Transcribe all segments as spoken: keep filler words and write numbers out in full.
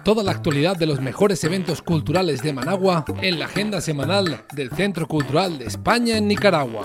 toda la actualidad de los mejores eventos culturales de Managua en la agenda semanal del Centro Cultural de España en Nicaragua.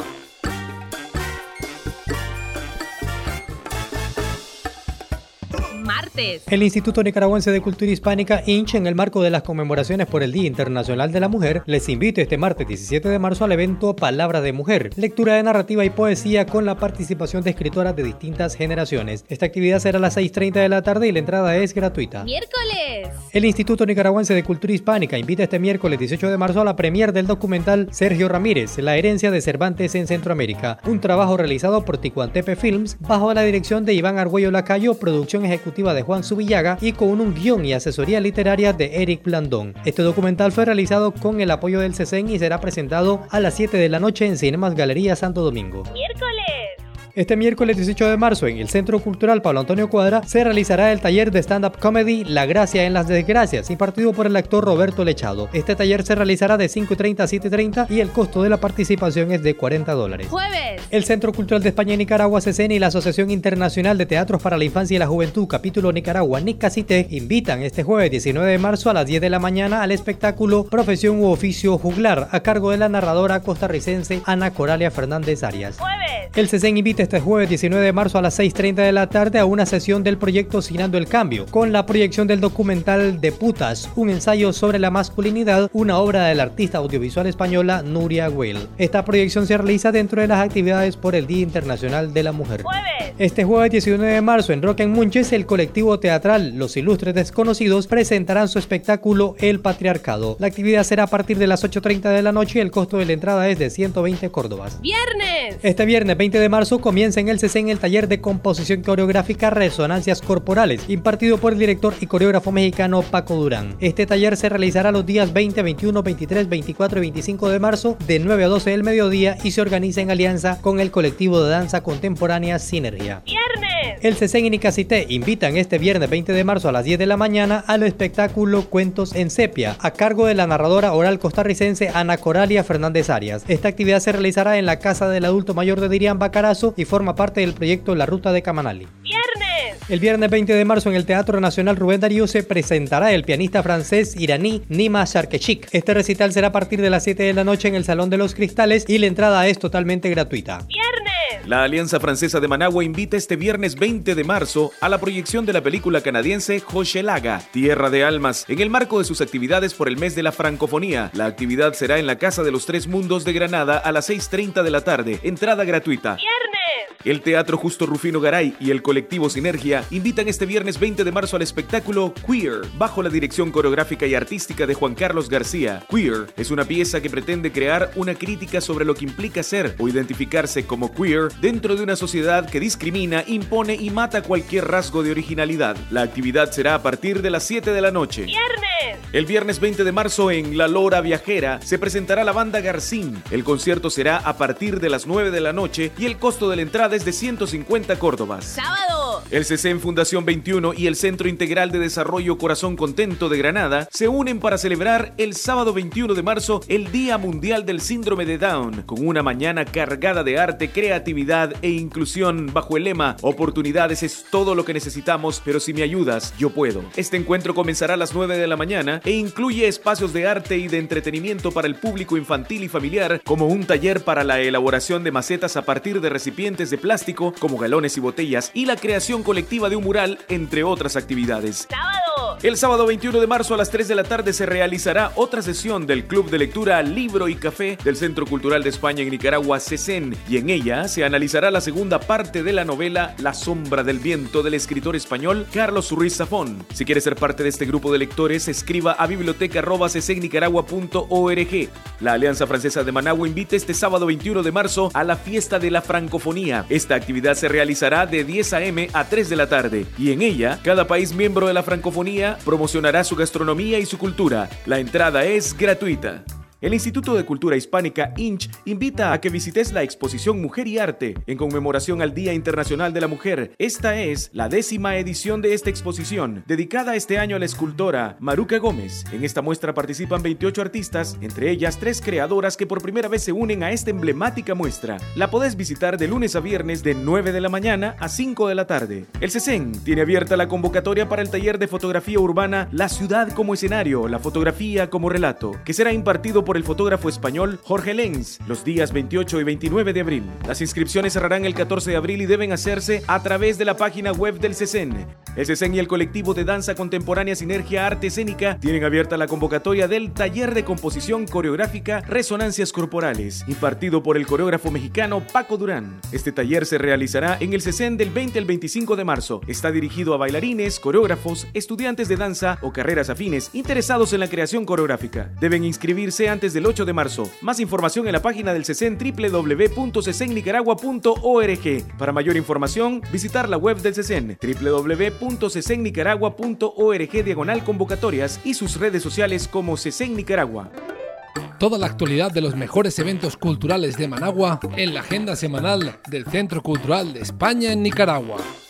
El Instituto Nicaragüense de Cultura Hispánica, I N C H, en el marco de las conmemoraciones por el Día Internacional de la Mujer, les invita este martes diecisiete de marzo al evento Palabra de Mujer, lectura de narrativa y poesía con la participación de escritoras de distintas generaciones. Esta actividad será a las seis y media de la tarde y la entrada es gratuita. ¡Miércoles! El Instituto Nicaragüense de Cultura Hispánica invita este miércoles dieciocho de marzo a la premier del documental Sergio Ramírez, La herencia de Cervantes en Centroamérica, un trabajo realizado por Ticuantepe Films bajo la dirección de Iván Argüello Lacayo, producción ejecutiva de Juan Subillaga y con un guión y asesoría literaria de Eric Blandón. Este documental fue realizado con el apoyo del C E S E N y será presentado a las siete de la noche en Cinemas Galería Santo Domingo. ¡Miércoles! Este miércoles dieciocho de marzo en el Centro Cultural Pablo Antonio Cuadra se realizará el taller de stand-up comedy La Gracia en las Desgracias, impartido por el actor Roberto Lechado. Este taller se realizará de cinco y media a siete y media y el costo de la participación es de cuarenta dólares. ¡Jueves! El Centro Cultural de España en Nicaragua, C E S E N y la Asociación Internacional de Teatros para la Infancia y la Juventud, capítulo Nicaragua, NICACITE, invitan este jueves diecinueve de marzo a las diez de la mañana al espectáculo Profesión u Oficio Juglar, a cargo de la narradora costarricense Ana Coralia Fernández Arias. ¡Jueves! El C E S E N invita este jueves diecinueve de marzo a las seis y media de la tarde a una sesión del proyecto Sinando el Cambio, con la proyección del documental De Putas, un ensayo sobre la masculinidad, una obra de la artista audiovisual española Nuria Weil. Esta proyección se realiza dentro de las actividades por el Día Internacional de la Mujer. ¡Jueves! Este jueves diecinueve de marzo en Roque en Munches, el colectivo teatral Los Ilustres Desconocidos presentarán su espectáculo El Patriarcado. La actividad será a partir de las ocho y media de la noche y el costo de la entrada es de ciento veinte córdobas. ¡Viernes! Este viernes veinte de marzo comienza en el C E S E N el taller de composición coreográfica Resonancias Corporales, impartido por el director y coreógrafo mexicano Paco Durán. Este taller se realizará los días veinte, veintiuno, veintitrés, veinticuatro y veinticinco de marzo de nueve a doce del mediodía y se organiza en alianza con el colectivo de danza contemporánea Sinergia. ¡Viernes! El C E S E N y NICACITE invitan este viernes veinte de marzo a las diez de la mañana al espectáculo Cuentos en Sepia, a cargo de la narradora oral costarricense Ana Coralia Fernández Arias. Esta actividad se realizará en la Casa del Adulto Mayor de Dirián Bacarazo y forma parte del proyecto La Ruta de Camanali. ¡Viernes! El viernes veinte de marzo en el Teatro Nacional Rubén Darío se presentará el pianista francés iraní Nima Sharkechik. Este recital será a partir de las siete de la noche en el Salón de los Cristales y la entrada es totalmente gratuita. ¡Viernes! La Alianza Francesa de Managua invita este viernes veinte de marzo a la proyección de la película canadiense Hochelaga, Tierra de Almas, en el marco de sus actividades por el mes de la francofonía. La actividad será en la Casa de los Tres Mundos de Granada a las seis y media de la tarde, entrada gratuita. ¡Viernes! El Teatro Justo Rufino Garay y el colectivo Sinergia invitan este viernes veinte de marzo al espectáculo Queer, bajo la dirección coreográfica y artística de Juan Carlos García. Queer es una pieza que pretende crear una crítica sobre lo que implica ser o identificarse como queer dentro de una sociedad que discrimina, impone y mata cualquier rasgo de originalidad. La actividad será a partir de las siete de la noche. ¡Viernes! El viernes veinte de marzo en La Lora Viajera se presentará la banda Garcín. El concierto será a partir de las nueve de la noche y el costo de la entrada es de ciento cincuenta córdobas. ¡Sábado! El C E S E N Fundación veintiuno y el Centro Integral de Desarrollo Corazón Contento de Granada se unen para celebrar el sábado veintiuno de marzo el Día Mundial del Síndrome de Down, con una mañana cargada de arte, creatividad e inclusión bajo el lema Oportunidades es todo lo que necesitamos, pero si me ayudas, yo puedo. Este encuentro comenzará a las nueve de la mañana e incluye espacios de arte y de entretenimiento para el público infantil y familiar, como un taller para la elaboración de macetas a partir de recipientes de plástico como galones y botellas y la creación colectiva de un mural, entre otras actividades. ¡Sábado! El sábado veintiuno de marzo a las tres de la tarde se realizará otra sesión del Club de Lectura Libro y Café del Centro Cultural de España en Nicaragua, C E S E N, y en ella se analizará la segunda parte de la novela La Sombra del Viento del escritor español Carlos Ruiz Zafón. Si quieres ser parte de este grupo de lectores, escriba a biblioteca arroba cesenicaragua punto org. La Alianza Francesa de Managua invita este sábado veintiuno de marzo a la Fiesta de la Francofonía. Esta actividad se realizará de diez a eme a tres de la tarde y en ella cada país miembro de la francofonía promocionará su gastronomía y su cultura. La entrada es gratuita. El Instituto de Cultura Hispánica I N C H invita a que visites la exposición Mujer y Arte en conmemoración al Día Internacional de la Mujer. Esta es la décima edición de esta exposición, dedicada este año a la escultora Maruca Gómez. En esta muestra participan veintiocho artistas, entre ellas tres creadoras que por primera vez se unen a esta emblemática muestra. La podés visitar de lunes a viernes de nueve de la mañana a cinco de la tarde. El CESEN tiene abierta la convocatoria para el taller de fotografía urbana La ciudad como escenario, la fotografía como relato, que será impartido por el fotógrafo español Jorge Lenz los días veintiocho y veintinueve de abril. Las inscripciones cerrarán el catorce de abril y deben hacerse a través de la página web del CESEN. El CESEN y el colectivo de danza contemporánea Sinergia Arte Escénica tienen abierta la convocatoria del taller de composición coreográfica Resonancias Corporales, impartido por el coreógrafo mexicano Paco Durán. Este taller se realizará en el CESEN del veinte al veinticinco de marzo. Está dirigido a bailarines, coreógrafos, estudiantes de danza o carreras afines interesados en la creación coreográfica. Deben inscribirse antes del ocho de marzo. Más información en la página del CESEN doble u doble u doble u punto cesen nicaragua punto org. Para mayor información, visitar la web del CESEN doble u doble u doble u punto cesen nicaragua punto org diagonal convocatorias y sus redes sociales como CESEN Nicaragua. Toda la actualidad de los mejores eventos culturales de Managua en la agenda semanal del Centro Cultural de España en Nicaragua.